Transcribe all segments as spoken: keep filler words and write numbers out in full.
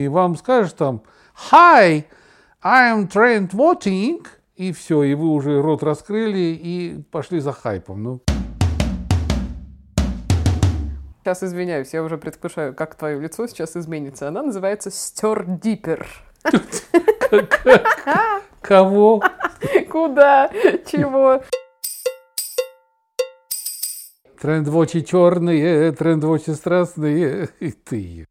И вам скажет там «Hi, I am trend watching», и все, и вы уже рот раскрыли и пошли за хайпом. Ну. Сейчас извиняюсь, я уже предвкушаю, как твое лицо сейчас изменится. Она называется «Стёрдипер». Кого? Куда? Чего? Тренд-вотчи черные, тренд-вотчи страстные, и ты.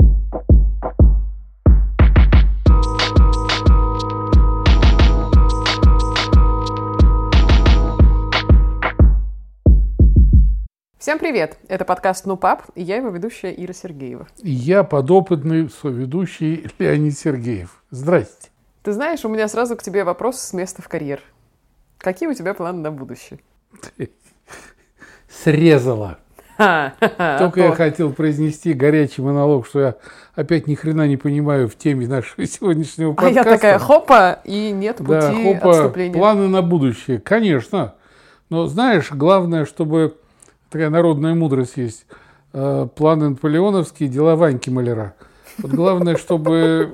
Всем привет! Это подкаст «Ну, пап», и я его ведущая Ира Сергеева. И я подопытный соведущий Леонид Сергеев. Здрасте. Ты знаешь, у меня сразу к тебе вопрос с места в карьер. Какие у тебя планы на будущее? Срезала. Ха, Только я хотел произнести горячий монолог, что я опять ни хрена не понимаю в теме нашего сегодняшнего подкаста. А я такая хопа, и нет пути да, хопа, отступления. Планы на будущее, конечно. Но знаешь, главное, чтобы такая народная мудрость есть. Э, планы наполеоновские, дела Ваньки Маляра. Вот главное, чтобы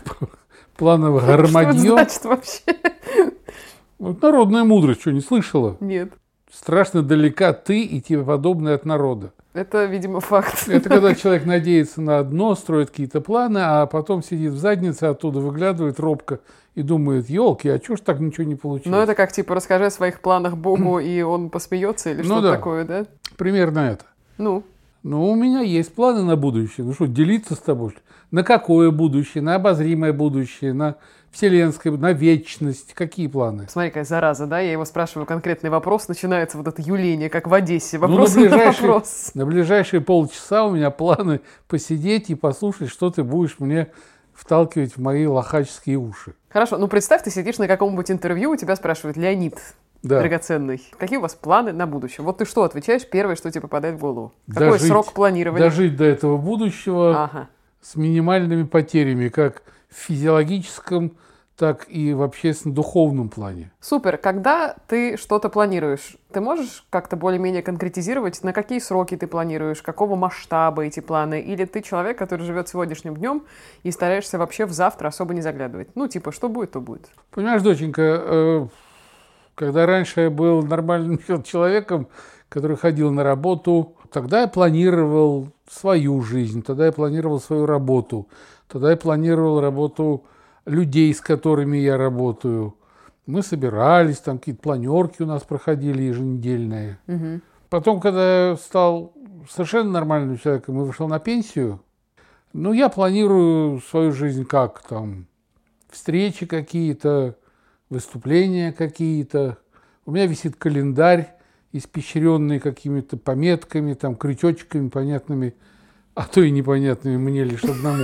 плановое громадье... Что это значит вообще? Вот народная мудрость, что, не слышала? Нет. Страшно далека ты и тебе подобное от народа. Это, видимо, факт. Это когда человек надеется на одно, строит какие-то планы, а потом сидит в заднице, оттуда выглядывает робко и думает: елки, а чё ж так ничего не получилось? Ну, это как, типа, расскажи о своих планах Богу, и он посмеется, или ну, что-то да. такое, да? Примерно это. Ну? Ну, у меня есть планы на будущее. Ну что, делиться с тобой? На какое будущее? На обозримое будущее? На вселенское? На вечность? Какие планы? Смотри, какая зараза, да? Я его спрашиваю конкретный вопрос, начинается вот это юление, как в Одессе. Вопрос ну, на, на ближайшие, вопрос. На ближайшие полчаса у меня планы посидеть и послушать, что ты будешь мне вталкивать в мои лохаческие уши. Хорошо, ну представь, ты сидишь на каком-нибудь интервью, у тебя спрашивают: Леонид, да. драгоценный, какие у вас планы на будущее? Вот ты что отвечаешь первое, что тебе попадает в голову? Какой дожить, срок планирования? Дожить до этого будущего ага. с минимальными потерями, как в физиологическом, так и в общественно-духовном плане. Супер. Когда ты что-то планируешь, ты можешь как-то более-менее конкретизировать, на какие сроки ты планируешь, какого масштаба эти планы? Или ты человек, который живет сегодняшним днем и стараешься вообще в завтра особо не заглядывать? Ну, типа, что будет, то будет. Понимаешь, доченька, когда раньше я был нормальным человеком, который ходил на работу, тогда я планировал свою жизнь, тогда я планировал свою работу, тогда я планировал работу людей, с которыми я работаю. Мы собирались, там какие-то планерки у нас проходили еженедельные. Угу. Потом, когда я стал совершенно нормальным человеком и вышел на пенсию, ну, я планирую свою жизнь как там, встречи какие-то, выступления какие-то. У меня висит календарь, испещренный какими-то пометками, там, крючочками понятными, а то и непонятными мне лишь одному.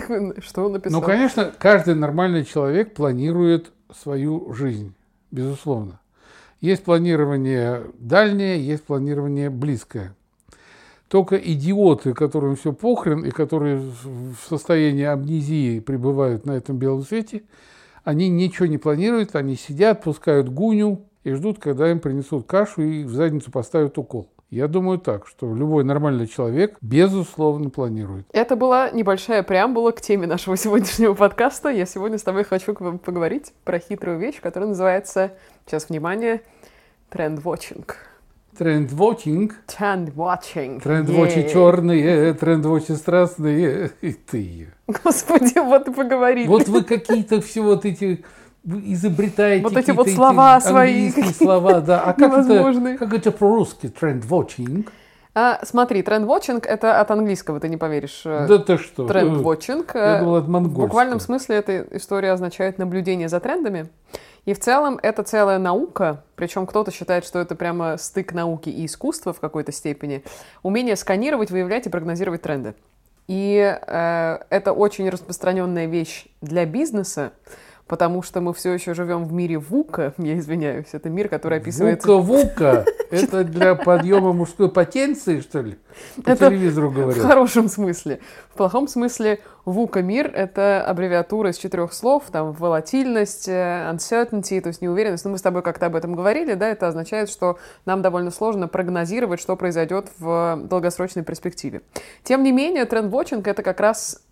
Что он написал? Ну, конечно, каждый нормальный человек планирует свою жизнь, безусловно. Есть планирование дальнее, есть планирование близкое. Только идиоты, которым все похрен, и которые в состоянии амнезии пребывают на этом белом свете, они ничего не планируют, они сидят, пускают гуню и ждут, когда им принесут кашу и в задницу поставят укол. Я думаю так, что любой нормальный человек, безусловно, планирует. Это была небольшая преамбула к теме нашего сегодняшнего подкаста. Я сегодня с тобой хочу поговорить про хитрую вещь, которая называется, сейчас, внимание, тренд-вотчинг. Тренд-вотчинг? Тренд-вотчинг. Тренд-вотчи черные, тренд-вотчи страстные, и ты. Господи, вот и поговорили. Вот вы какие-то все вот эти... Вы изобретаете вот эти вот эти слова свои. слова, да. А как это, как это по-русски тренд-вотчинг? А, смотри, тренд-вотчинг — это от английского, ты не поверишь. Да ты что? Тренд-вотчинг. Я думал, это монгольского. В буквальном смысле эта история означает наблюдение за трендами. И в целом это целая наука, причем кто-то считает, что это прямо стык науки и искусства в какой-то степени. Умение сканировать, выявлять и прогнозировать тренды. И э, это очень распространенная вещь для бизнеса, потому что мы все еще живем в мире вука, я извиняюсь, это мир, который описывается... Вука-вука? Это для подъема мужской потенции, что ли? По это телевизору говорят. В хорошем смысле. В плохом смысле вука-мир — это аббревиатура из четырех слов, там, волатильность, uncertainty, то есть неуверенность. Ну, мы с тобой как-то об этом говорили, да, это означает, что нам довольно сложно прогнозировать, что произойдет в долгосрочной перспективе. Тем не менее, тренд-вотчинг — это как раз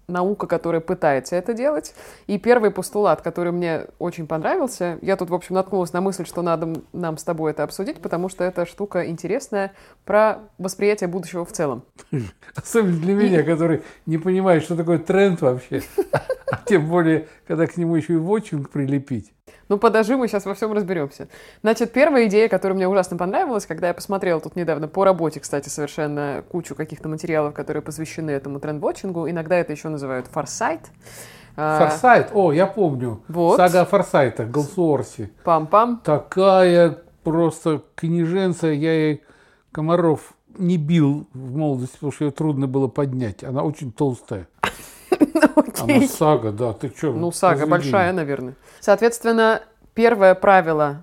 наука, которая пытается это делать. И первый постулат, который мне очень понравился, я тут, в общем, наткнулась на мысль, что надо нам с тобой это обсудить, потому что эта штука интересная про восприятие будущего в целом. Особенно для меня, который не понимает, что такое тренд вообще. А тем более, когда к нему еще и вотчинг прилепить. Ну, подожди, мы сейчас во всем разберемся. Значит, первая идея, которая мне ужасно понравилась, когда я посмотрела тут недавно по работе, кстати, совершенно кучу каких-то материалов, которые посвящены этому тренд-вотчингу. Иногда это еще называют форсайт. Форсайт? О, я помню. Вот. Сага о форсайтах, Голсуорси. Пам-пам. Такая просто книженция, я ей комаров не бил в молодости, потому что ее трудно было поднять. Она очень толстая. Она сага, да. Ты что? Ну, сага большая, наверное. Соответственно, первое правило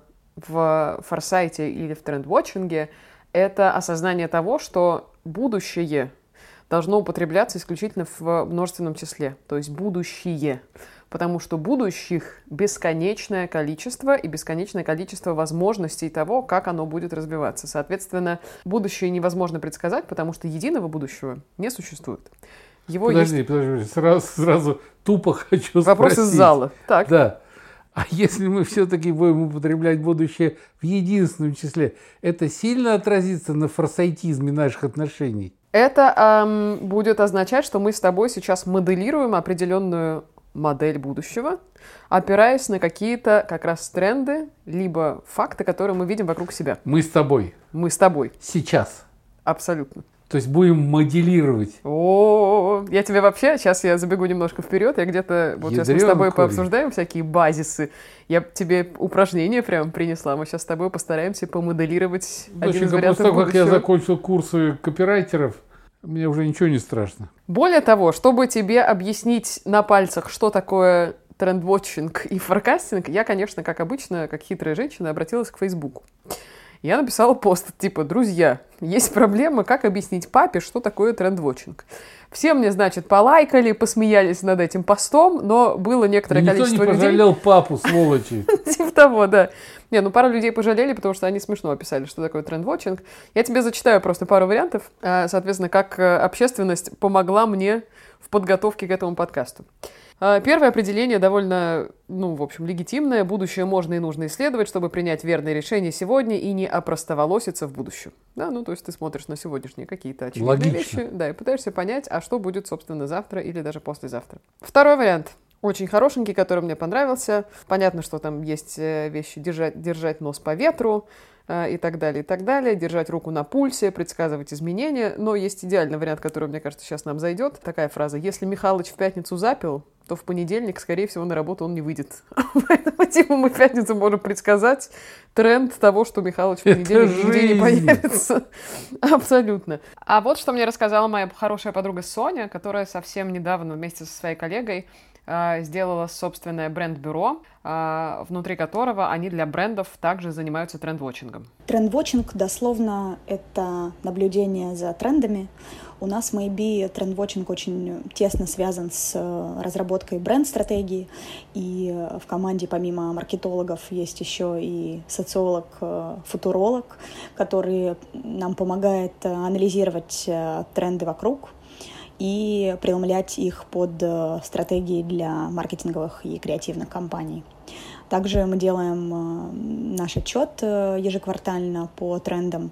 в форсайте или в тренд-вотчинге — это осознание того, что будущее должно употребляться исключительно в множественном числе, то есть будущие, потому что будущих бесконечное количество и бесконечное количество возможностей того, как оно будет развиваться. Соответственно, будущее невозможно предсказать, потому что единого будущего не существует. Его подожди, есть... подожди, сразу, сразу тупо хочу Вопрос спросить. из зала. Так. Да. А если мы все-таки будем употреблять будущее в единственном числе, это сильно отразится на форсайтизме наших отношений? Это эм, будет означать, что мы с тобой сейчас моделируем определенную модель будущего, опираясь на какие-то как раз тренды, либо факты, которые мы видим вокруг себя. Мы с тобой. Мы с тобой. Сейчас. Абсолютно. То есть будем моделировать. О, я тебе вообще, сейчас я забегу немножко вперед, я где-то, вот сейчас мы с тобой пообсуждаем всякие базисы, я тебе упражнения прям принесла, мы сейчас с тобой постараемся помоделировать один из вариантов после того, как я будущего. закончил курсы копирайтеров, мне уже ничего не страшно. Более того, чтобы тебе объяснить на пальцах, что такое тренд-вотчинг и форкастинг, я, конечно, как обычно, как хитрая женщина, обратилась к Фейсбуку. Я написала пост, типа, друзья, есть проблема, как объяснить папе, что такое тренд-вотчинг. Все мне, значит, полайкали, посмеялись над этим постом, но было некоторое Никто количество людей... Никто не пожалел папу, сволочи. Типа того, да. Не, ну пару людей пожалели, потому что они смешно описали, что такое тренд-вотчинг. Я тебе зачитаю просто пару вариантов, соответственно, как общественность помогла мне в подготовке к этому подкасту. Первое определение довольно, ну, в общем, легитимное. Будущее можно и нужно исследовать, чтобы принять верное решение сегодня и не опростоволоситься в будущем. Да, ну, то есть ты смотришь на сегодняшние какие-то очевидные Логично. вещи, да, и пытаешься понять, а что будет, собственно, завтра или даже послезавтра. Второй вариант. Очень хорошенький, который мне понравился. Понятно, что там есть вещи держать, держать нос по ветру, и так далее, и так далее, держать руку на пульсе, предсказывать изменения. Но есть идеальный вариант, который, мне кажется, сейчас нам зайдет. Такая фраза: если Михалыч в пятницу запил, то в понедельник, скорее всего, на работу он не выйдет. Поэтому типа, мы в пятницу можем предсказать тренд того, что Михалыч в понедельник нигде не появится. Абсолютно. А вот что мне рассказала моя хорошая подруга Соня, которая совсем недавно вместе со своей коллегой сделала собственное бренд-бюро, внутри которого они для брендов также занимаются тренд-вотчингом. Тренд-вотчинг дословно это наблюдение за трендами. У нас в Maybe тренд-вотчинг очень тесно связан с разработкой бренд-стратегии. И в команде помимо маркетологов есть еще и социолог-футуролог, который нам помогает анализировать тренды вокруг и преломлять их под стратегии для маркетинговых и креативных компаний. Также мы делаем наш отчет ежеквартально по трендам,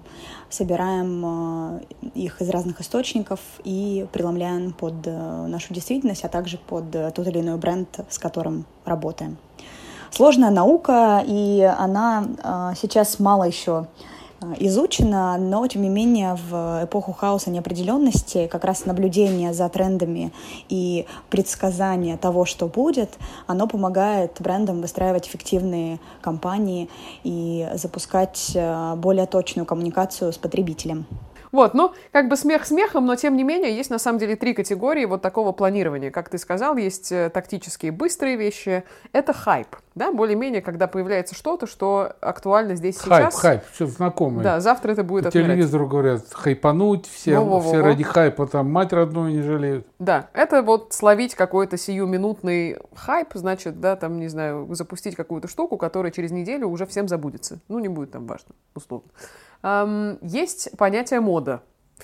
собираем их из разных источников и преломляем под нашу действительность, а также под тот или иной бренд, с которым работаем. Сложная наука, и она сейчас мало еще изучено, но, тем не менее, в эпоху хаоса неопределенности как раз наблюдение за трендами и предсказание того, что будет, оно помогает брендам выстраивать эффективные кампании и запускать более точную коммуникацию с потребителем. Вот, ну, как бы смех смехом, но тем не менее есть на самом деле три категории вот такого планирования. Как ты сказал, есть тактические быстрые вещи. Это хайп, да, более-менее, когда появляется что-то, что актуально здесь хайп, сейчас. Хайп, хайп, что знакомое. Да, завтра это будет по отмирать. Телевизору говорят, хайпануть, все, Во-во-во-во. все ради хайпа, там мать родную не жалеют. Да, это вот словить какой-то сиюминутный хайп, значит, да, там, не знаю, запустить какую-то штуку, которая через неделю уже всем забудется. Ну, не будет там важно, условно. Есть понятие мода.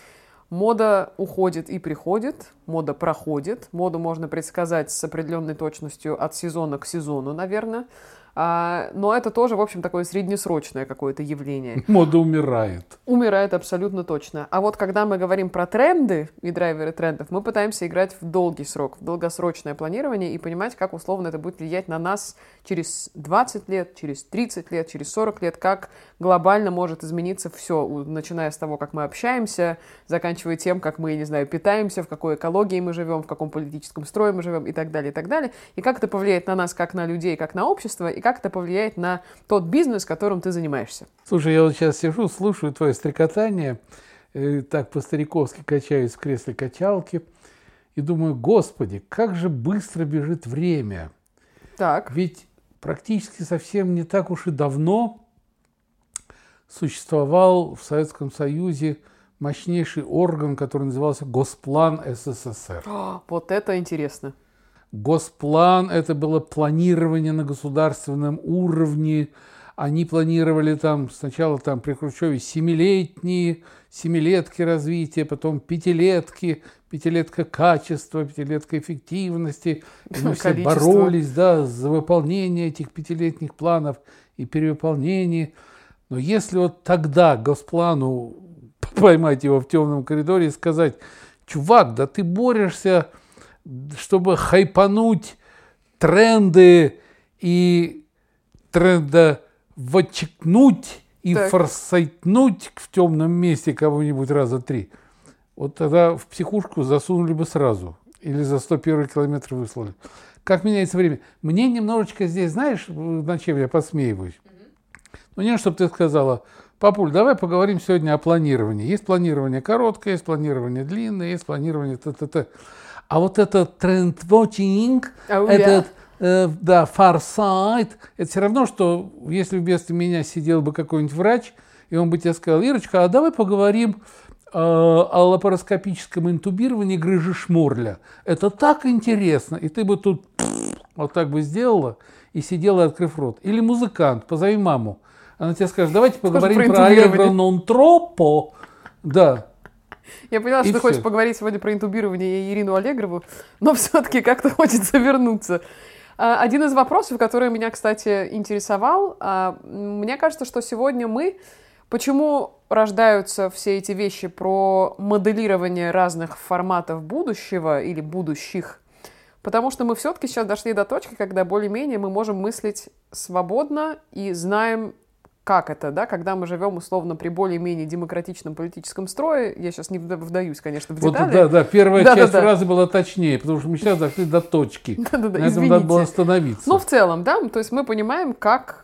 Мода уходит и приходит, мода проходит. Моду можно предсказать с определенной точностью от сезона к сезону, наверное. А, но это тоже, в общем, такое среднесрочное какое-то явление. Мода умирает. Умирает абсолютно точно. А вот когда мы говорим про тренды и драйверы трендов, мы пытаемся играть в долгий срок, в долгосрочное планирование и понимать, как условно это будет влиять на нас через двадцать лет, через тридцать лет, через сорок лет, как глобально может измениться все, начиная с того, как мы общаемся, заканчивая тем, как мы, не знаю, питаемся, в какой экологии мы живем, в каком политическом строе мы живем и так далее, и так далее. И как это повлияет на нас, как на людей, как на общество, и как это повлияет на тот бизнес, которым ты занимаешься. Слушай, я вот сейчас сижу, слушаю твое стрекотание, э, так по-стариковски качаюсь в кресле качалки и думаю, господи, как же быстро бежит время. Так. Ведь практически совсем не так уж и давно существовал в Советском Союзе мощнейший орган, который назывался Госплан СССР. О, вот это интересно. Госплан – это было планирование на государственном уровне. Они планировали там сначала там при Хрущеве семилетние, семилетки развития, потом пятилетки, пятилетка качества, пятилетка эффективности. И мы все боролись, да, за выполнение этих пятилетних планов и перевыполнение. Но если вот тогда Госплану поймать его в темном коридоре и сказать, чувак, да ты борешься, чтобы хайпануть тренды и трендовочекнуть и так. форсайтнуть в темном месте кого-нибудь раза три, вот тогда в психушку засунули бы сразу или за сто первый километр выслали. Как меняется время? Мне немножечко здесь, знаешь, над чем я посмеиваюсь? Mm-hmm. Ну, не, чтобы ты сказала, папуль, давай поговорим сегодня о планировании. Есть планирование короткое, есть планирование длинное, есть планирование т-т-т. А вот этот тренд-вотчинг, oh, этот, yeah. э, да, форсайт, это все равно, что если вместо меня сидел бы какой-нибудь врач, и он бы тебе сказал, Ирочка, а давай поговорим э, о лапароскопическом интубировании грыжи Шморля. Это так интересно. И ты бы тут вот так бы сделала и сидела, открыв рот. Или музыкант, позови маму. Она тебе скажет, давайте поговорим про, про аллегро нон тропо. Да. Я поняла, что и ты все. Хочешь поговорить сегодня про интубирование и Ирину Аллегрову, но все-таки как-то хочется вернуться. Один из вопросов, который меня, кстати, интересовал, мне кажется, что сегодня мы... Почему рождаются все эти вещи про моделирование разных форматов будущего или будущих? Потому что мы все-таки сейчас дошли до точки, когда более-менее мы можем мыслить свободно и знаем, как это, да, когда мы живем условно при более-менее демократичном политическом строе. Я сейчас не вдаюсь, конечно, в детали. Вот, да, да, первая да, часть да, фразы да. была точнее, потому что мы сейчас дошли до точки. Да, да, да, на этом надо было остановиться. Ну, в целом, да, то есть мы понимаем, как,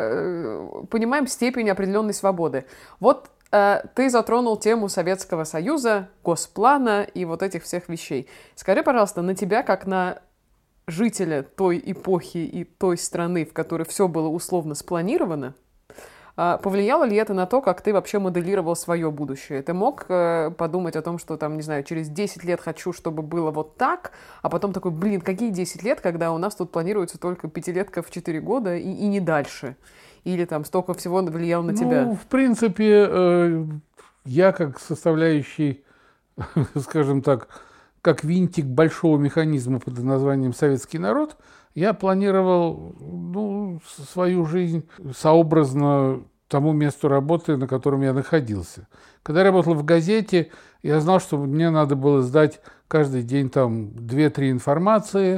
э, понимаем степень определенной свободы. Вот э, ты затронул тему Советского Союза, Госплана и вот этих всех вещей. Скажи, пожалуйста, на тебя, как на жителя той эпохи и той страны, в которой все было условно спланировано, повлияло ли это на то, как ты вообще моделировал свое будущее? Ты мог э, подумать о том, что, там, не знаю, через десять лет хочу, чтобы было вот так, а потом такой, блин, какие десять лет, когда у нас тут планируется только пятилетка в четыре года и, и не дальше? Или там столько всего влияло на ну, тебя? Ну, в принципе, э, я как составляющий, скажем так, как винтик большого механизма под названием «Советский народ», я планировал ну, свою жизнь сообразно тому месту работы, на котором я находился. Когда я работал в газете, я знал, что мне надо было сдать каждый день там две-три информации,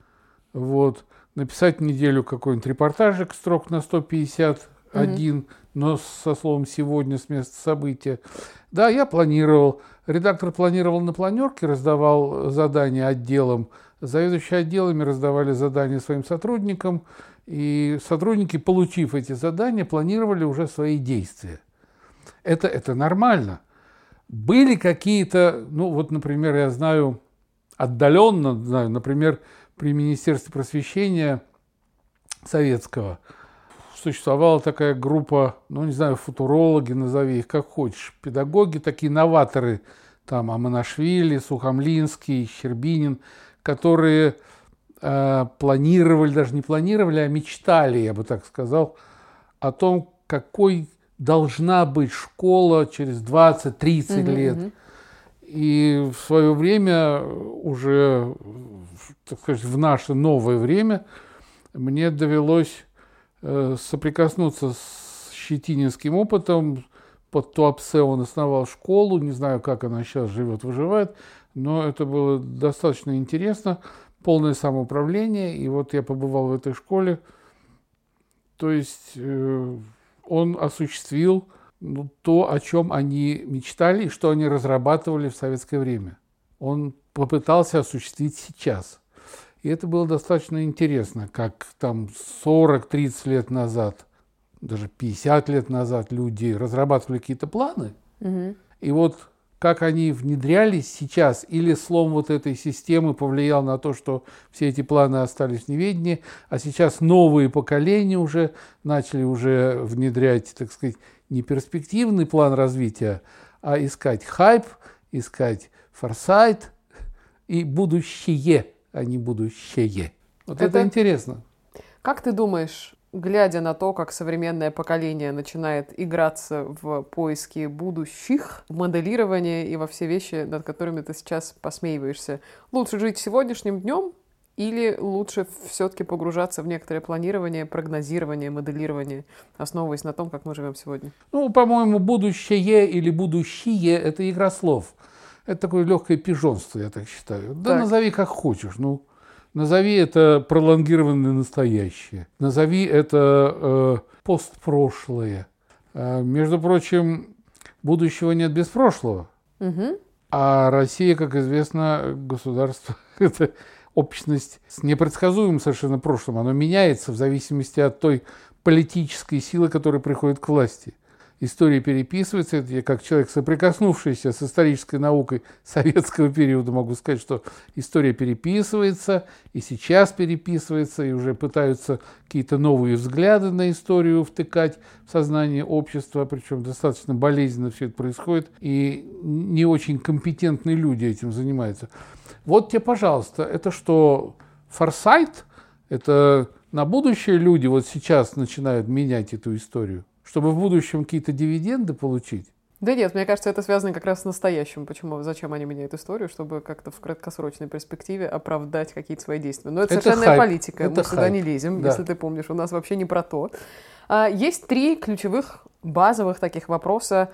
вот, написать в неделю какой-нибудь репортажик строк на сто пятьдесят один, mm-hmm. но со словом «сегодня» с места события. Да, я планировал. Редактор планировал на планерке, раздавал задания отделам. Заведующие отделами раздавали задания своим сотрудникам, и сотрудники, получив эти задания, планировали уже свои действия. Это, это нормально. Были какие-то, ну вот, например, я знаю, отдаленно знаю, например, при Министерстве просвещения советского существовала такая группа, ну не знаю, футурологи, назови их как хочешь, педагоги, такие новаторы, там Аманашвили, Сухомлинский, Щербинин, которые э, планировали, даже не планировали, а мечтали, я бы так сказал, о том, какой должна быть школа через двадцать-тридцать mm-hmm. лет. И в свое время, уже, так сказать, в наше новое время, мне довелось э, соприкоснуться с щетининским опытом. Под Туапсе он основал школу, не знаю, как она сейчас живет, выживает, но это было достаточно интересно, полное самоуправление, и вот я побывал в этой школе, то есть э, он осуществил ну, то, о чем они мечтали и что они разрабатывали в советское время. Он попытался осуществить сейчас. И это было достаточно интересно, как там сорок-тридцать лет назад, даже пятьдесят лет назад люди разрабатывали какие-то планы. Угу. И вот как они внедрялись сейчас, или слом вот этой системы повлиял на то, что все эти планы остались в неведении, а сейчас новые поколения уже начали уже внедрять, так сказать, не перспективный план развития, а искать хайп, искать форсайт и будущее, а не будущее. Вот это, это интересно. Как ты думаешь, глядя на то, как современное поколение начинает играться в поиски будущих, в моделирование и во все вещи, над которыми ты сейчас посмеиваешься, лучше жить сегодняшним днем или лучше все-таки погружаться в некоторое планирование, прогнозирование, моделирование, основываясь на том, как мы живем сегодня? Ну, по-моему, будущее или будущие – это игра слов. Это такое легкое пижонство, я так считаю. Да так. Назови как хочешь, ну. Назови это пролонгированное настоящее. Назови это э, постпрошлое. Э, между прочим, будущего нет без прошлого. Угу. А Россия, как известно, государство – это общность с непредсказуемым совершенно прошлым. Оно меняется в зависимости от той политической силы, которая приходит к власти. История переписывается. Это я, как человек, соприкоснувшийся с исторической наукой советского периода, могу сказать, что история переписывается, и сейчас переписывается, и уже пытаются какие-то новые взгляды на историю втыкать в сознание общества, причем достаточно болезненно все это происходит, и не очень компетентные люди этим занимаются. Вот тебе, пожалуйста, это что, форсайт? Это на будущее люди вот сейчас начинают менять эту историю? Чтобы в будущем какие-то дивиденды получить? Да нет, мне кажется, это связано как раз с настоящим. Почему, зачем они меняют историю? Чтобы как-то в краткосрочной перспективе оправдать какие-то свои действия. Но это, это совершенная хайп. политика. Это Мы хайп. Сюда не лезем, да. Если ты помнишь. У нас вообще не про то. Есть три ключевых базовых таких вопроса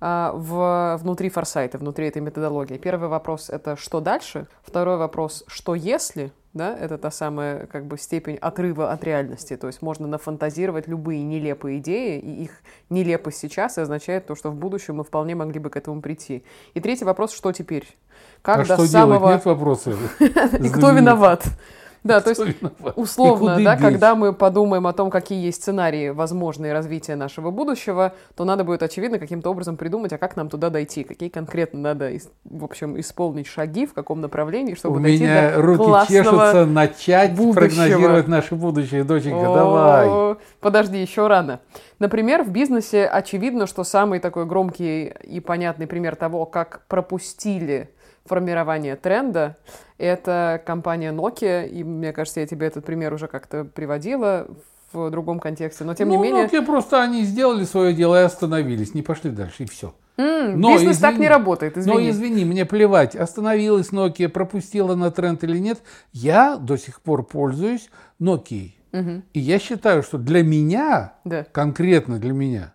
в, внутри форсайта, внутри этой методологии. Первый вопрос – это «что дальше?». Второй вопрос – «что если?». Да, это та самая как бы, степень отрыва от реальности. То есть можно нафантазировать любые нелепые идеи, и их нелепость сейчас означает то, что в будущем мы вполне могли бы к этому прийти. И третий вопрос, что теперь? Как а что самого... делать? Нет вопроса. И кто виноват? Да, то есть условно, да, когда мы подумаем о том, какие есть сценарии возможные развития нашего будущего, то надо будет, очевидно, каким-то образом придумать, а как нам туда дойти, какие конкретно надо, в общем, исполнить шаги, в каком направлении, чтобы У дойти меня до руки классного чешутся начать будущего. Прогнозировать наше будущее, доченька, О, давай. Подожди, еще рано. Например, в бизнесе очевидно, что самый такой громкий и понятный пример того, как пропустили формирование тренда, это компания Nokia, и мне кажется, я тебе этот пример уже как-то приводила в другом контексте, но тем ну, не менее... Nokia просто они сделали свое дело и остановились, не пошли дальше, и все. Mm, но, бизнес извини, так не работает, извини. Но извини, мне плевать, остановилась Nokia, пропустила на тренд или нет, я до сих пор пользуюсь Nokia. Угу. И я считаю, что для меня, да. конкретно для меня,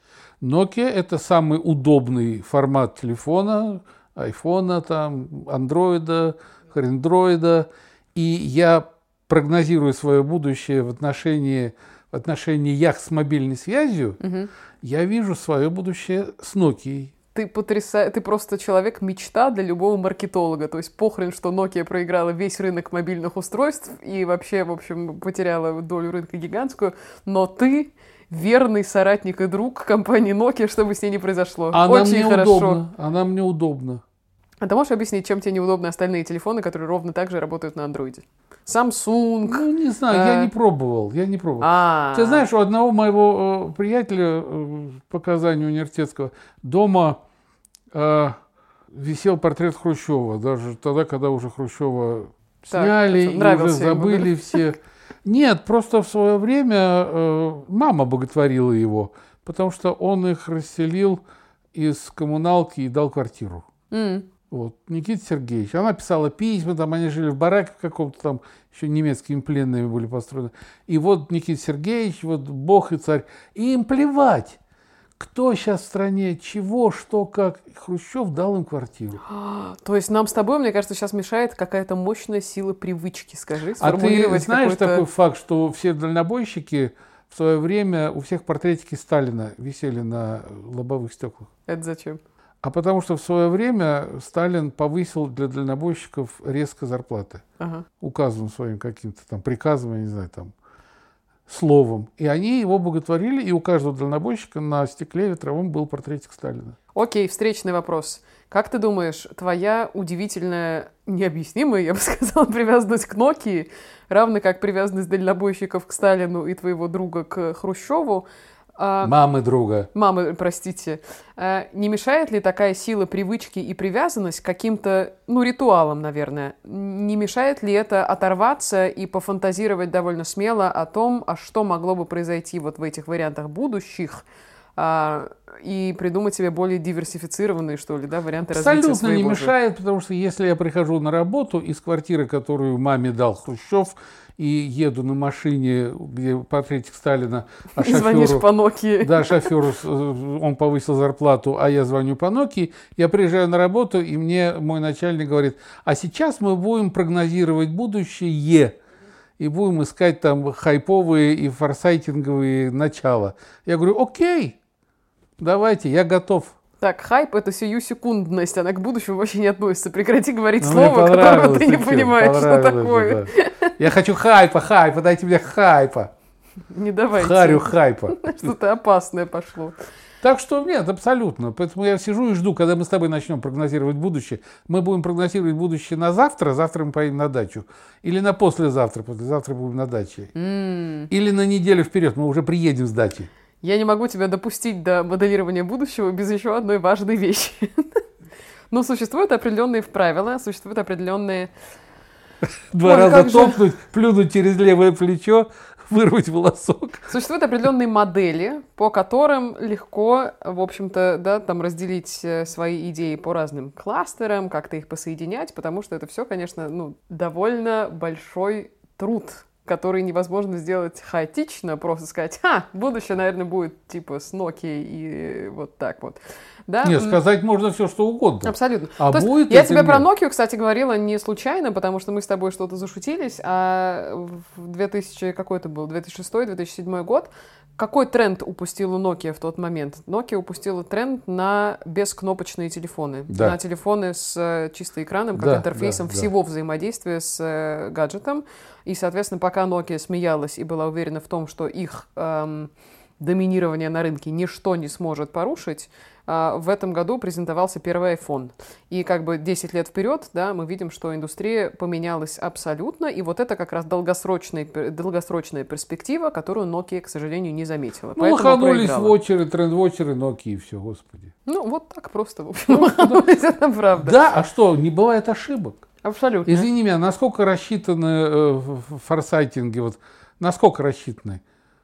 Nokia это самый удобный формат телефона, айфона, там, андроида, хрендроида, и я прогнозирую свое будущее в отношении, в отношении яхт с мобильной связью, угу. я вижу свое будущее с Nokia. Ты потряса... ты просто человек-мечта для любого маркетолога. То есть похрен, что Nokia проиграла весь рынок мобильных устройств и вообще, в общем, потеряла долю рынка гигантскую, но ты верный соратник и друг компании Nokia, что бы с ней ни произошло. Она Очень мне хорошо. Удобна. Она мне удобна. А ты можешь объяснить, чем тебе неудобны остальные телефоны, которые ровно так же работают на андроиде? Samsung. Ну, не знаю, а... я не пробовал. Я не пробовал. А-а-а. Ты знаешь, у одного моего э, приятеля, э, показания университетского, дома э, висел портрет Хрущева. Даже тогда, когда уже Хрущева так, сняли, и уже забыли ему, да? все. Нет, просто в свое время э, мама боготворила его, потому что он их расселил из коммуналки и дал квартиру. Mm. Вот, Никита Сергеевич. Она писала письма, там они жили в бараке в каком-то там, еще немецкими пленными были построены. И вот Никита Сергеевич, вот Бог и царь. И им плевать, кто сейчас в стране, чего, что, как. Хрущев дал им квартиру. То есть нам с тобой, мне кажется, сейчас мешает какая-то мощная сила привычки, скажи, А ты знаешь какой-то... такой факт, что все дальнобойщики в свое время, у всех портретики Сталина висели на лобовых стеклах? Это зачем? А потому что в свое время Сталин повысил для дальнобойщиков резко зарплаты. Ага. Указом своим каким-то там, приказом, я не знаю, там, словом. И они его боготворили, и у каждого дальнобойщика на стекле ветровом был портретик Сталина. Окей, встречный вопрос. Как ты думаешь, твоя удивительная, необъяснимая, я бы сказала, привязанность к Nokia, равно как привязанность дальнобойщиков к Сталину и твоего друга к Хрущеву, а, мамы друга. Мамы, простите. А, не мешает ли такая сила привычки и привязанность каким-то, ну, ритуалам, наверное? Не мешает ли это оторваться и пофантазировать довольно смело о том, а что могло бы произойти вот в этих вариантах будущих, а, и придумать себе более диверсифицированные, что ли, да, варианты развития своего Абсолютно не же. мешает, потому что если я прихожу на работу из квартиры, которую маме дал Хрущев, и еду на машине, где портретик Сталина, а и звонишь шоферу, по Nokia. да, шоферу, он повысил зарплату, а я звоню по Nokia, я приезжаю на работу, и мне мой начальник говорит, а сейчас мы будем прогнозировать будущее, и будем искать там хайповые и форсайтинговые начала. Я говорю, окей, давайте, я готов. Так, хайп — это сиюсекундность, она к будущему вообще не относится. Прекрати говорить Ну, слово, которого ты не понимаешь, что такое. Да. Я хочу хайпа, хайпа, дайте мне хайпа. Не давайте. Харю хайпа. Что-то опасное пошло. Так что нет, абсолютно. Поэтому я сижу и жду, когда мы с тобой начнем прогнозировать будущее. Мы будем прогнозировать будущее на завтра, завтра мы поедем на дачу. Или на послезавтра, послезавтра будем на даче. Mm. Или на неделю вперед, мы уже приедем с дачи. Я не могу тебя допустить до моделирования будущего без еще одной важной вещи. Но существуют определенные правила, существуют определенные... Два раза топнуть, плюнуть через левое плечо, вырвать волосок. Существуют определенные модели, по которым легко, в общем-то, да, там разделить свои идеи по разным кластерам, как-то их посоединять, потому что это все, конечно, ну, довольно большой труд, который невозможно сделать хаотично, просто сказать, ха, будущее, наверное, будет типа с Nokia и вот так вот. Да? Нет, сказать можно все, что угодно. Абсолютно. А То будет есть, я это тебе нет. про Nokia, кстати, говорила не случайно, потому что мы с тобой что-то зашутились, а в две тысячи, какой это был, две тысячи шестой - две тысячи седьмой год, какой тренд упустила Nokia в тот момент? Nokia упустила тренд на бескнопочные телефоны, да. на телефоны с чисто экраном, как да, интерфейсом да, всего да. взаимодействия с гаджетом. И, соответственно, пока Nokia смеялась и была уверена в том, что их эм, доминирование на рынке ничто не сможет порушить, э, в этом году презентовался первый iPhone. И как бы десять лет вперед, да, мы видим, что индустрия поменялась абсолютно, и вот это как раз долгосрочная, долгосрочная перспектива, которую Nokia, к сожалению, не заметила. Ну, лоханулись вотчеры, тренд-вотчеры, Nokia и все, господи. Ну, вот так просто, в общем, лоханулись, это правда. Да, а что, не бывает ошибок? Абсолютно. Извини меня, насколько рассчитаны э, форсайтинги, вот, насколько рассчитаны?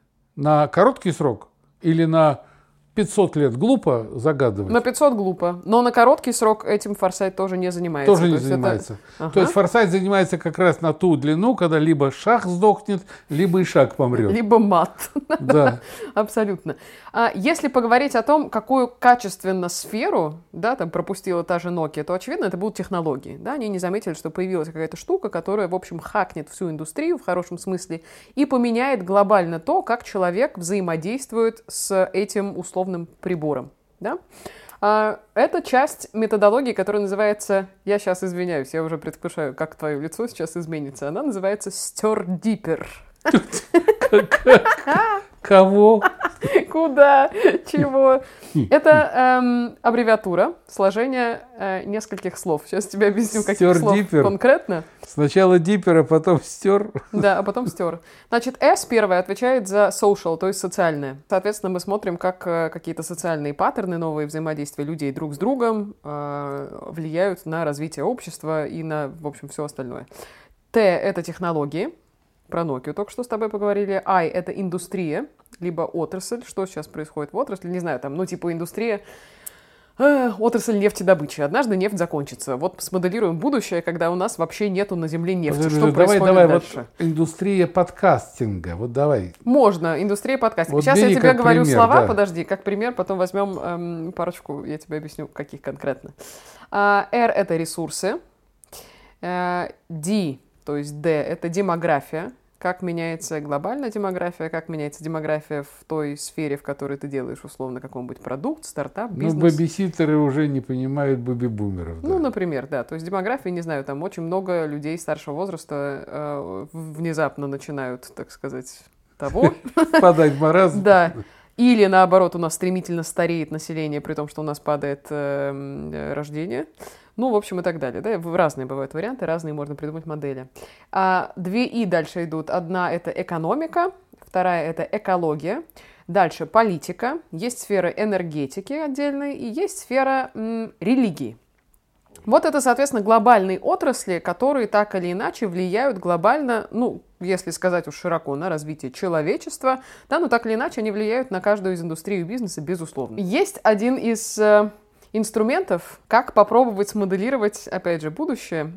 На короткий срок или на пятьсот лет? Глупо загадывать. На пятьсот глупо, но на короткий срок этим форсайт тоже не занимается. Тоже То не есть занимается. Это... Ага. То есть форсайт занимается как раз на ту длину, когда либо шах сдохнет, либо ишак помрет. Либо мат. Да. Абсолютно. А если поговорить о том, какую качественно сферу, да, там пропустила та же Nokia, то, очевидно, это будут технологии. Да? Они не заметили, что появилась какая-то штука, которая, в общем, хакнет всю индустрию в хорошем смысле и поменяет глобально то, как человек взаимодействует с этим условным прибором. Да? А, это часть методологии, которая называется, я сейчас извиняюсь, я уже предвкушаю, как твое лицо сейчас изменится, она называется Stir-Deeper. Кого? Куда? Чего? Это эм, аббревиатура, сложение э, нескольких слов. Сейчас тебе объясню, каких слов конкретно. Сначала диппер, а потом стер. Да, а потом стер. Значит, S первое отвечает за social, то есть социальное. Соответственно, мы смотрим, как э, какие-то социальные паттерны, новые взаимодействия людей друг с другом э, влияют на развитие общества и на, в общем, все остальное. T — это технологии. Про Nokia только что с тобой поговорили. I — это индустрия, либо отрасль. Что сейчас происходит в отрасли? Не знаю, там, ну, типа индустрия э, отрасль нефтедобычи. Однажды нефть закончится. Вот смоделируем будущее, когда у нас вообще нету на Земле нефти. Подожди, что давай, происходит давай, дальше? Вот индустрия подкастинга. Вот давай. Можно, индустрия подкастинга. Вот Сейчас я тебе говорю пример, слова, да. Подожди, как пример, потом возьмем эм, парочку, я тебе объясню, каких конкретно. А, R — это ресурсы. А, D, то есть D — это демография. Как меняется глобальная демография, как меняется демография в той сфере, в которой ты делаешь, условно, какой-нибудь продукт, стартап, бизнес. Ну, бэбиситеры уже не понимают бэби-бумеров. Да. Ну, например, да. То есть демография, не знаю, там очень много людей старшего возраста э, внезапно начинают, так сказать, того. Впадать в маразм. Да. Или, наоборот, у нас стремительно стареет население, при том, что у нас падает э, рождение. Ну, в общем, и так далее. Да? Разные бывают варианты, разные можно придумать модели. А две «и» дальше идут. Одна — это экономика, вторая — это экология. Дальше политика. Есть сфера энергетики отдельной и есть сфера м, религии. Вот это, соответственно, глобальные отрасли, которые так или иначе влияют глобально, ну, если сказать уж широко, на развитие человечества, да, но так или иначе они влияют на каждую из индустрий и бизнеса, безусловно. Есть один из э, инструментов, как попробовать смоделировать, опять же, будущее,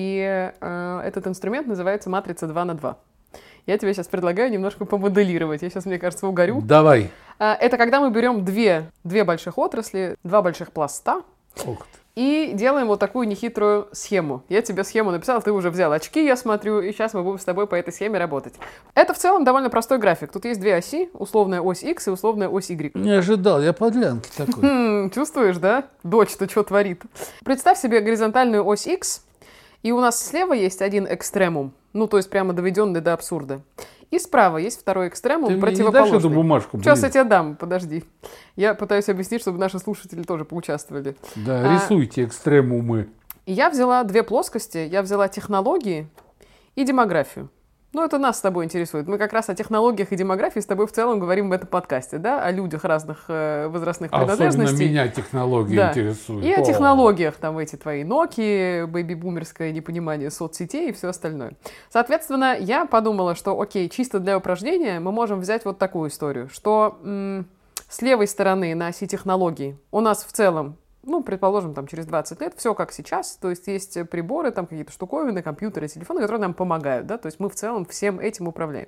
и э, этот инструмент называется матрица два на два. Я тебе сейчас предлагаю немножко помоделировать, я сейчас, мне кажется, угорю. Давай. Э, это когда мы берем две, две больших отрасли, два больших пласта, Ох ты. и делаем вот такую нехитрую схему. Я тебе схему написала, ты уже взял очки, я смотрю, и сейчас мы будем с тобой по этой схеме работать. Это в целом довольно простой график. Тут есть две оси, условная ось X и условная ось Y. Не ожидал, я подлянки такой. Хм, чувствуешь, да? Дочь-то что творит? Представь себе горизонтальную ось X, и у нас слева есть один экстремум, ну, то есть прямо доведенный до абсурда. И справа есть второй экстремум, Ты мне не противоположный. дашь эту бумажку? Сейчас блин? я тебе дам, подожди. Я пытаюсь объяснить, чтобы наши слушатели тоже поучаствовали. Да, А, рисуйте экстремумы. И я взяла две плоскости. Я взяла технологии и демографию. Ну, это нас с тобой интересует. Мы как раз о технологиях и демографии с тобой в целом говорим в этом подкасте, да, о людях разных э, возрастных принадлежностей. Особенно меня технологии Да. интересуют. И о О. технологиях, там эти твои Nokia, бэби-бумерское непонимание соцсетей и все остальное. Соответственно, я подумала, что, окей, чисто для упражнения мы можем взять вот такую историю, что м- с левой стороны на оси технологий у нас в целом, ну, предположим, там через двадцать лет, все как сейчас, то есть есть приборы, там какие-то штуковины, компьютеры, телефоны, которые нам помогают, да, то есть мы в целом всем этим управляем.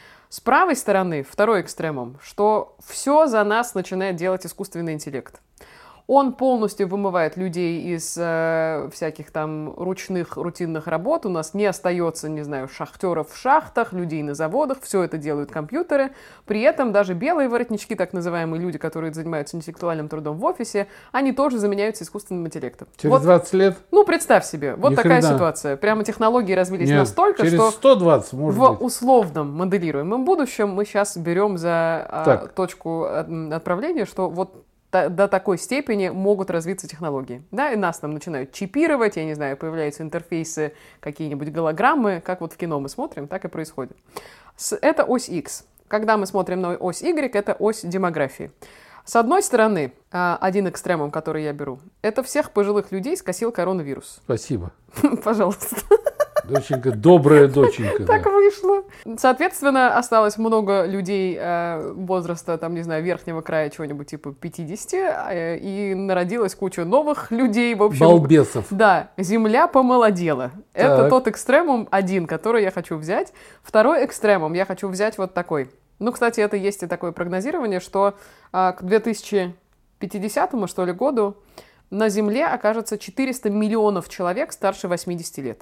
С правой стороны, второй экстремум, что все за нас начинает делать искусственный интеллект. Он полностью вымывает людей из э, всяких там ручных, рутинных работ. У нас не остается, не знаю, шахтеров в шахтах, людей на заводах. Все это делают компьютеры. При этом даже белые воротнички, так называемые люди, которые занимаются интеллектуальным трудом в офисе, они тоже заменяются искусственным интеллектом. Через Вот, двадцать лет? ну, представь себе, вот Ни такая хрена. ситуация. Прямо технологии развились Нет, настолько, через что сто двадцать, может в быть. условном моделируемом будущем мы сейчас берем за а, Так. точку от- отправления, что вот та- до такой степени могут развиться технологии. Да, и нас там начинают чипировать, я не знаю, появляются интерфейсы, какие-нибудь голограммы, как вот в кино мы смотрим, так и происходит. С- Это ось X. Когда мы смотрим на ось Y, это ось демографии. С одной стороны, а, один экстремум, который я беру, это всех пожилых людей скосил коронавирус. Спасибо. Пожалуйста. Доченька, добрая доченька. Так да. вышло. Соответственно, осталось много людей э, возраста, там, не знаю, верхнего края чего-нибудь типа пятидесяти, э, и народилась куча новых людей, в общем. Балбесов. Да, земля помолодела. Это Так. тот экстремум один, который я хочу взять. Второй экстремум я хочу взять вот такой. Ну, кстати, это есть и такое прогнозирование, что э, к две тысячи пятидесятому, что ли, году на Земле окажется четыреста миллионов человек старше восьмидесяти лет.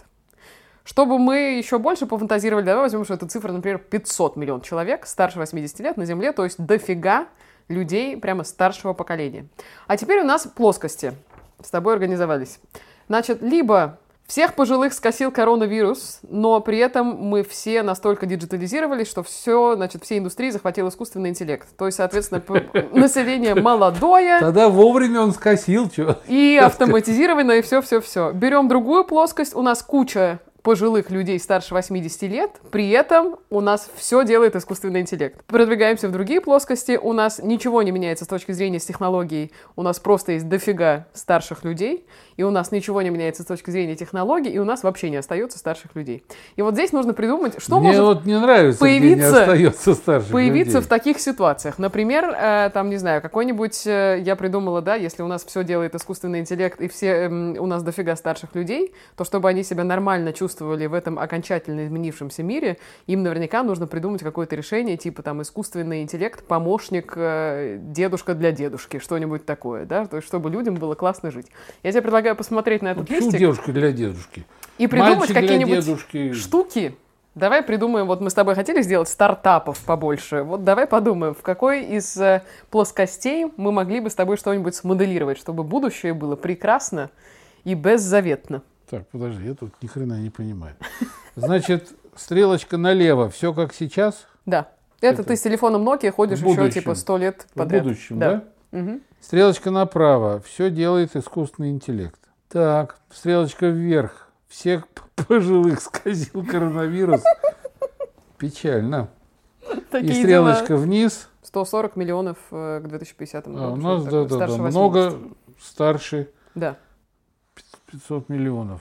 Чтобы мы еще больше пофантазировали, давай возьмем, что эта цифра, например, пятьсот миллионов человек старше восьмидесяти лет на Земле, то есть дофига людей прямо старшего поколения. А теперь у нас плоскости. С тобой организовались. Значит, либо всех пожилых скосил коронавирус, но при этом мы все настолько диджитализировались, что все, значит, все индустрии захватил искусственный интеллект. То есть, соответственно, п- население молодое. Тогда вовремя он скосил, чё. И автоматизировано, и все-все-все. Берем другую плоскость, у нас куча пожилых людей старше восьмидесяти лет, при этом у нас все делает искусственный интеллект. Продвигаемся в другие плоскости, у нас ничего не меняется с точки зрения с технологией, у нас просто есть дофига старших людей, и у нас ничего не меняется с точки зрения технологий, и у нас вообще не остается старших людей. И вот здесь нужно придумать, что Мне может вот не нравится, появиться, где не остается старших появиться людей. в таких ситуациях. Например, э, там, не знаю, какой-нибудь, э, я придумала, да, если у нас все делает искусственный интеллект, и все, э, у нас дофига старших людей, то чтобы они себя нормально чувствовали в этом окончательно изменившемся мире, им наверняка нужно придумать какое-то решение, типа там искусственный интеллект, помощник, э, дедушка для дедушки, что-нибудь такое, да, то есть чтобы людям было классно жить. Я тебе предлагаю посмотреть на этот Почему листик девушка для дедушки? и придумать Мальчик для какие-нибудь дедушки. штуки. Давай придумаем, вот мы с тобой хотели сделать стартапов побольше, вот давай подумаем, в какой из э, плоскостей мы могли бы с тобой что-нибудь смоделировать, чтобы будущее было прекрасно и беззаветно. Так, подожди, я тут ни хрена не понимаю. Значит, стрелочка налево, все как сейчас? Да. Это, Это ты с телефоном Nokia ходишь в еще будущем. типа сто лет В подряд. будущем, да? Мгм. Стрелочка направо, все делает искусственный интеллект. Так, стрелочка вверх, всех пожилых сказил коронавирус. Печально. Такие И дела. стрелочка вниз. сто сорок миллионов э, к две тысячи пятидесятому А, году. у нас, что-то да, такое. да, да, Старше много восьмидесяти. старше Да. пятьсот миллионов.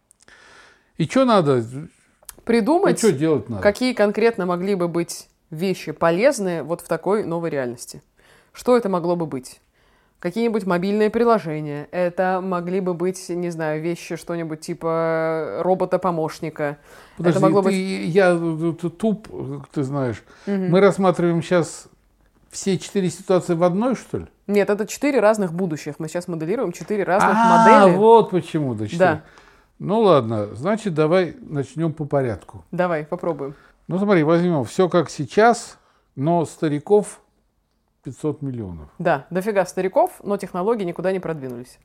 И что надо? Ну, Придумать, что делать надо? какие конкретно могли бы быть вещи полезные вот в такой новой реальности. Что это могло бы быть? Какие-нибудь мобильные приложения. Это могли бы быть, не знаю, вещи, что-нибудь типа робота-помощника. Подожди, это могло ты, быть... я ты туп, ты знаешь. Мы рассматриваем сейчас все четыре ситуации в одной, что ли? Нет, это четыре разных будущих. Мы сейчас моделируем четыре разных А, модели. вот почему, да, четыре. Да. Ну ладно, значит, давай начнем по порядку. Давай, попробуем. Ну смотри, возьмем все как сейчас, но стариков пятьсот миллионов. Да, дофига стариков, но технологии никуда не продвинулись.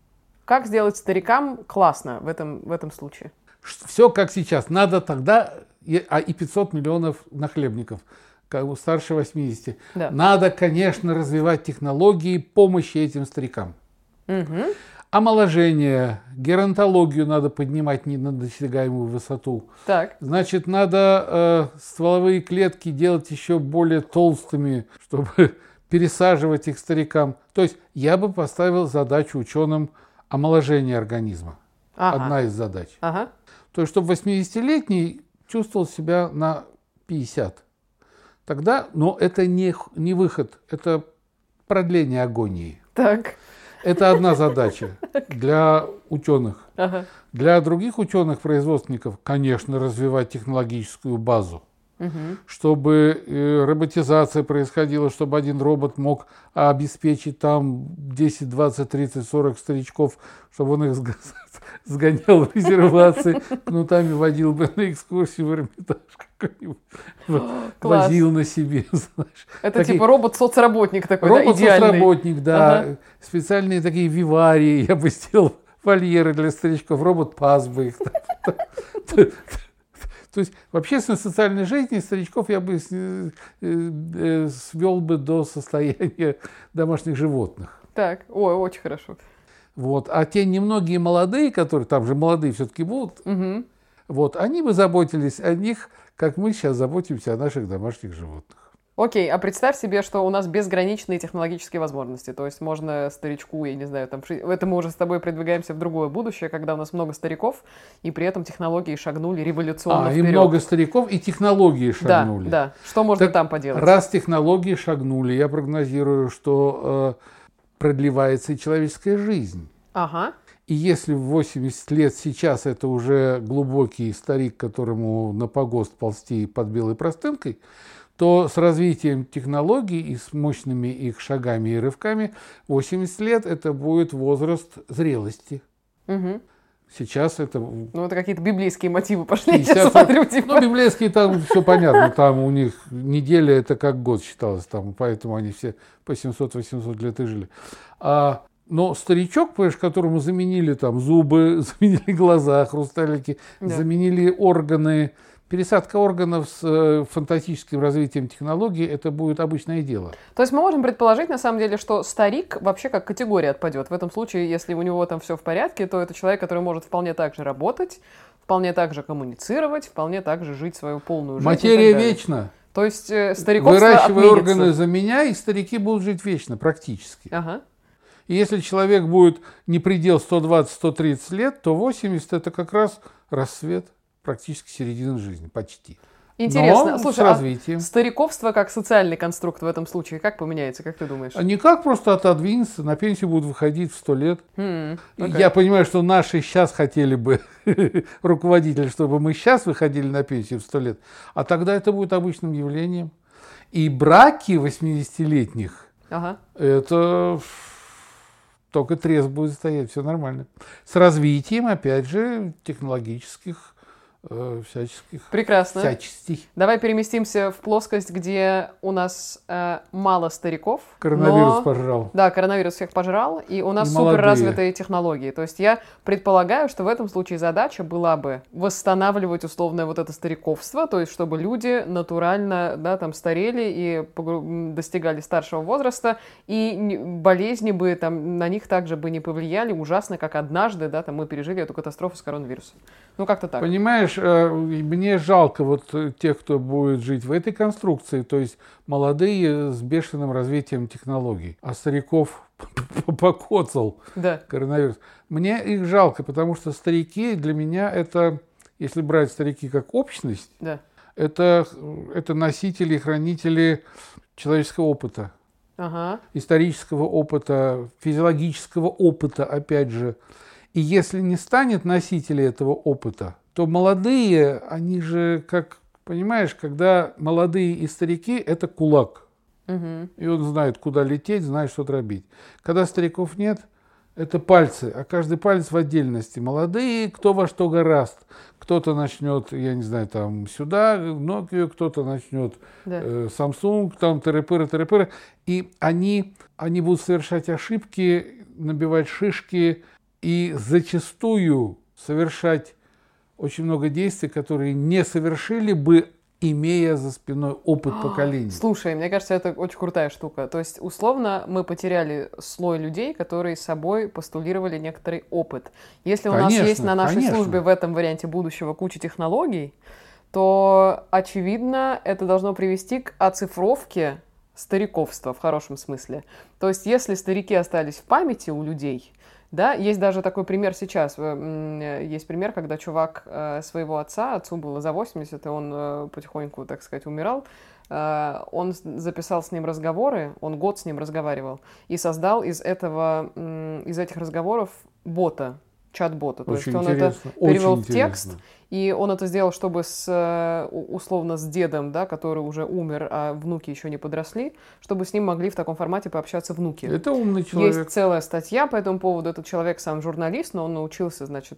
Как сделать старикам классно в этом, в этом случае? Все как сейчас. Надо тогда, и- а и пятьсот миллионов нахлебников, как бы старше восьмидесяти. Да. Надо, конечно, развивать технологии помощи этим старикам. Мгм. Омоложение, геронтологию надо поднимать не на досягаемую высоту. Так. Значит, надо э, стволовые клетки делать еще более толстыми, чтобы пересаживать их старикам. То есть я бы поставил задачу ученым омоложения организма. Ага. Одна из задач. Ага. То есть, чтобы восьмидесятилетний чувствовал себя на пятьдесят. Тогда, но это не, х- не выход, это продление агонии. Так. Это одна задача для ученых. Ага. Для других ученых-производственников, конечно, развивать технологическую базу, Мгм. чтобы э, роботизация происходила, чтобы один робот мог обеспечить там десять, двадцать, тридцать, сорок старичков, чтобы он их сг- сгонял в резервации, кнутами водил бы на экскурсию в Эрмитаж какой-нибудь, вот, Класс. возил на себе, знаешь. Это Такие- типа робот-соцработник такой, да, идеальный. Робот-соцработник, да. Ага. Специальные такие виварии. Я бы сделал вольеры для старичков. Робот-пас бы их. То есть в общественно-социальной жизни старичков я бы с- э, э, свел бы до состояния домашних животных. Так, ой, очень хорошо. Вот. А те немногие молодые, которые там же молодые все-таки будут, Мгм. вот, они бы заботились о них, как мы сейчас заботимся о наших домашних животных. Окей, а представь себе, что у нас безграничные технологические возможности. То есть можно старичку, я не знаю, там, ши- это мы уже с тобой продвигаемся в другое будущее, когда у нас много стариков, и при этом технологии шагнули революционно А, и вперед. много стариков, и технологии шагнули. Да, да. Что можно Так там поделать? Раз технологии шагнули, я прогнозирую, что э, продлевается и человеческая жизнь. Ага. И если в восемьдесят лет сейчас это уже глубокий старик, которому на погост ползти под белой простынкой, то с развитием технологий и с мощными их шагами и рывками восемьдесят лет это будет возраст зрелости. Мгм. Сейчас это Ну, это какие-то библейские мотивы пошли, я пятьдесят, смотрю, типа. ну, библейские там все понятно, там у них неделя это как год считалось, там, поэтому они все по семьсот-восемьсот лет и жили. А, но старичок, понимаешь, которому заменили там зубы, заменили глаза, хрусталики, Да. заменили органы, пересадка органов с э, фантастическим развитием технологий, это будет обычное дело. То есть мы можем предположить, на самом деле, что старик вообще как категория отпадет. В этом случае, если у него там все в порядке, то это человек, который может вполне так же работать, вполне так же коммуницировать, вполне так же жить свою полную жизнь. Материя вечна. То есть э, стариковство Выращивай отменится. органы за меня, и старики будут жить вечно, практически. Ага. И если человек будет не предел сто двадцать - сто тридцать лет, то восемьдесят это как раз рассвет, практически середина жизни, почти. Интересно. Но Слушай, с развитием. а стариковство как социальный конструкт в этом случае как поменяется, как ты думаешь? А никак, просто отодвинется, на пенсию будут выходить в сто лет. М, окей. Я понимаю, что наши сейчас хотели бы, руководители, чтобы мы сейчас выходили на пенсию в сто лет, а тогда это будет обычным явлением. И браки восьмидесятилетних, Ага. это только трезв будет стоять, все нормально. С развитием, опять же, технологических э, всяческих Прекрасно. всячестей. Давай переместимся в плоскость, где у нас э, мало стариков. Коронавирус но... пожрал. Да, коронавирус всех пожрал, и у нас И суперразвитые технологии. То есть я предполагаю, что в этом случае задача была бы восстанавливать условное вот это стариковство, то есть чтобы люди натурально, да, там старели и погру- достигали старшего возраста, и не- болезни бы там на них также бы не повлияли ужасно, как однажды, да, там мы пережили эту катастрофу с коронавирусом. Ну как-то так. Понимаешь, э, мне жалко вот э, тех, кто будет жить в этой конструкции, то есть молодые с бешеным развитием технологий, а стариков покоцал Да. коронавирус. Мне их жалко, потому что старики для меня это, если брать старики как общность, Да. это, это носители и хранители человеческого опыта, Ага. исторического опыта, физиологического опыта, опять же. И если не станет носителей этого опыта, то молодые, они же, как, понимаешь, когда молодые и старики, это кулак. Угу. И он знает, куда лететь, знает, что дробить. Когда стариков нет, это пальцы, а каждый палец в отдельности. Молодые, кто во что горазд. Кто-то начнет, я не знаю, там сюда, Nokia, кто-то начнет Да. э, Samsung, там терепыры, терепыры. И они, они будут совершать ошибки, набивать шишки и зачастую совершать очень много действий, которые не совершили бы, имея за спиной опыт поколений. Слушай, мне кажется, это очень крутая штука. То есть, условно, мы потеряли слой людей, которые с собой постулировали некоторый опыт. Если у Конечно, нас есть на нашей конечно. службе в этом варианте будущего куча технологий, то, очевидно, это должно привести к оцифровке стариковства в хорошем смысле. То есть, если старики остались в памяти у людей, да, есть даже такой пример сейчас. Есть пример, когда чувак э, своего отца, отцу было за восемьдесят, и он э, потихоньку, так сказать, умирал. Э, он записал с ним разговоры, он год с ним разговаривал, и создал из этого, м, из этих разговоров бота, чат-бота. То Очень есть он интересно, это перевел очень в текст, интересно. и он это сделал, чтобы с, э, условно с дедом, да, который уже умер, а внуки еще не подросли, чтобы с ним могли в таком формате пообщаться внуки. Это умный человек. Есть целая статья по этому поводу. Этот человек сам журналист, но он научился, значит,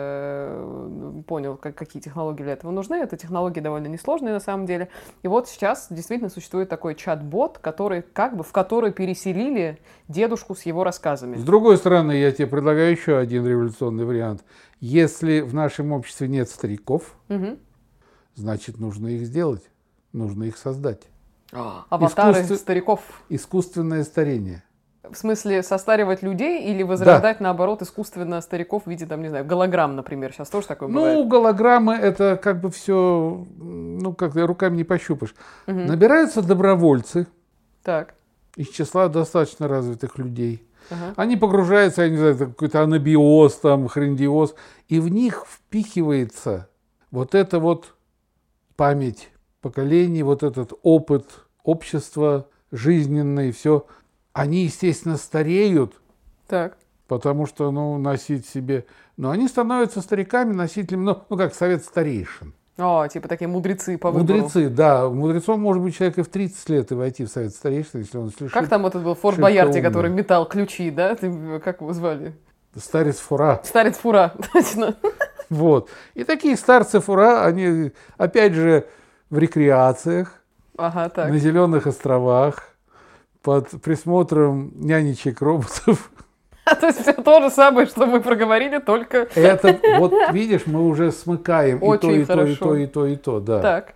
э, понял, как, какие технологии для этого нужны. Это технологии довольно несложные на самом деле. И вот сейчас действительно существует такой чат-бот, который, как бы, в который переселили дедушку с его рассказами. С другой стороны, я тебе предлагаю еще один революционный вариант. Если в нашем обществе нет стариков, Угу. значит, нужно их сделать, нужно их создать. Аватары Искусстве- стариков. Искусственное старение. В смысле, состаривать людей или возрождать, наоборот, искусственно стариков в виде, там, не знаю, голограмм, например. Сейчас тоже такое бывает. Ну, голограммы это как бы все, ну, как руками не пощупаешь. Мгм. Набираются добровольцы Так. из числа достаточно развитых людей. Ага. Они погружаются, я не знаю, это какой-то анабиоз, там, хрендиоз, и в них впихивается вот эта вот память поколений, вот этот опыт общества жизненный, все. Они, естественно, стареют, Так. потому что, ну, носить себе... Но они становятся стариками, носителями, ну, ну как совет старейшин. О, типа такие мудрецы по выбору. Мудрецы, да. Мудрецом может быть человек и в тридцать лет и войти в совет старейшин, если он слишком... Как там этот был Форт шибко Боярди, умный. который метал ключи, да? Ты, как его звали? Старец фура. Старец Фура, точно. Вот. И такие старцы фура, они, опять же, в рекреациях, Ага, так. на зеленых островах, под присмотром нянечек роботов. То есть все то же самое, что мы проговорили, только... Это, вот видишь, мы уже смыкаем и то, Очень и то, и хорошо. то, и то, и то, да. Так.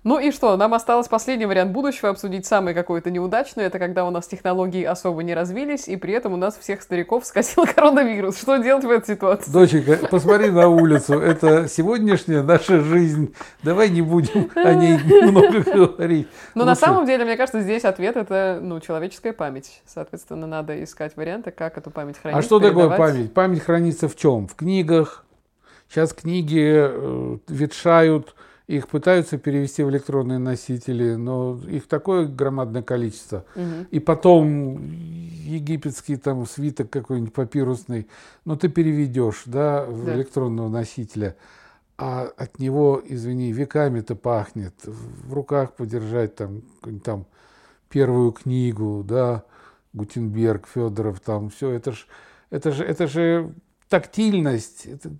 Ну и что, нам осталось последний вариант будущего обсудить, самый какой-то неудачный. Это когда у нас технологии особо не развились, и при этом у нас всех стариков скосил коронавирус. Что делать в этой ситуации? Доченька, посмотри на улицу. Это сегодняшняя наша жизнь. Давай не будем о ней много говорить. Но на самом деле, мне кажется, здесь ответ — это ну, человеческая память. Соответственно, надо искать варианты, как эту память хранить. А что передавать. такое память? Память хранится в чем? В книгах. Сейчас книги э, ветшают, их пытаются перевести в электронные носители, но их такое громадное количество. Угу. И потом египетский там свиток какой-нибудь папирусный, ну ты переведешь, да, в да. электронного носителя, а от него, извини, веками-то пахнет. В руках подержать там, там первую книгу, да, Гутенберг, Федоров, там все, это ж, это же, это же тактильность. Это,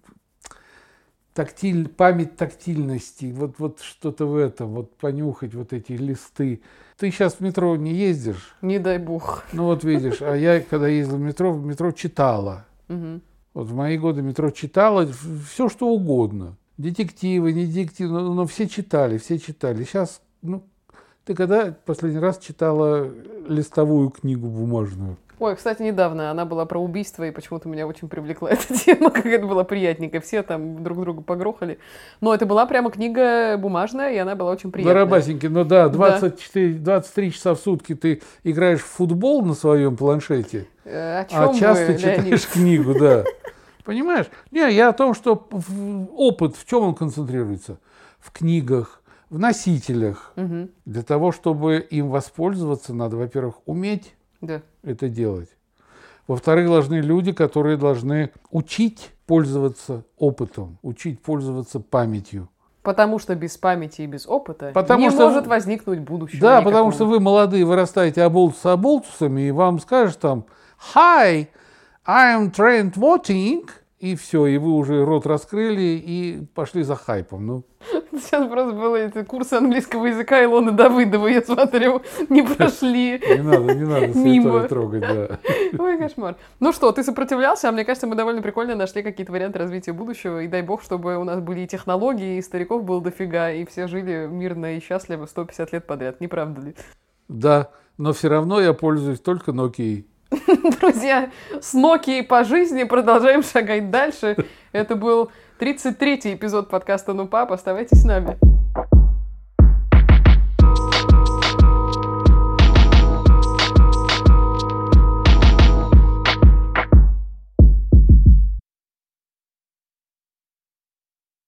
Тактиль, память тактильности, вот, вот что-то в этом, вот понюхать вот эти листы. Ты сейчас в метро не ездишь? Не дай бог. Ну вот видишь, а я, когда ездил в метро, в метро читала. Угу. Вот в мои годы метро читала все, что угодно. Детективы, не детективы, но, но все читали, все читали. Сейчас, ну, ты когда последний раз читала листовую книгу бумажную? Ой, кстати, недавно она была про убийство, и почему-то меня очень привлекла эта тема, как это было приятненько. Все там друг друга погрохали. Но это была прямо книга бумажная, и она была очень приятная. Барабасеньки, ну да, двадцать четыре, двадцать три часа в сутки ты играешь в футбол на своем планшете, э, о чем а часто вы, читаешь Леонид? книгу, да. Понимаешь? Не, я о том, что опыт, в чем он концентрируется? В книгах, в носителях. Угу. Для того, чтобы им воспользоваться, надо, во-первых, уметь Да. это делать. Во-вторых, должны люди, которые должны учить пользоваться опытом, учить пользоваться памятью. Потому что без памяти и без опыта Потому не что... может возникнуть будущего. Да, никакого. потому что вы молодые, вырастаете оболтусами, и вам скажут там «Hi, I am Trent Watting», и все, и вы уже рот раскрыли и пошли за хайпом. Ну. Сейчас просто было эти курсы английского языка Илоны Давыдовой, я смотрю, не прошли. Не надо, не надо святое трогать, да. Ой, кошмар. Ну что, ты сопротивлялся, а мне кажется, мы довольно прикольно нашли какие-то варианты развития будущего, и дай бог, чтобы у нас были и технологии, и стариков было дофига, и все жили мирно и счастливо сто пятьдесят лет подряд, не правда ли? Да, но все равно я пользуюсь только Nokia. Друзья, с Nokia по жизни продолжаем шагать дальше. Это был тридцать третий эпизод подкаста «Ну, пап», оставайтесь с нами.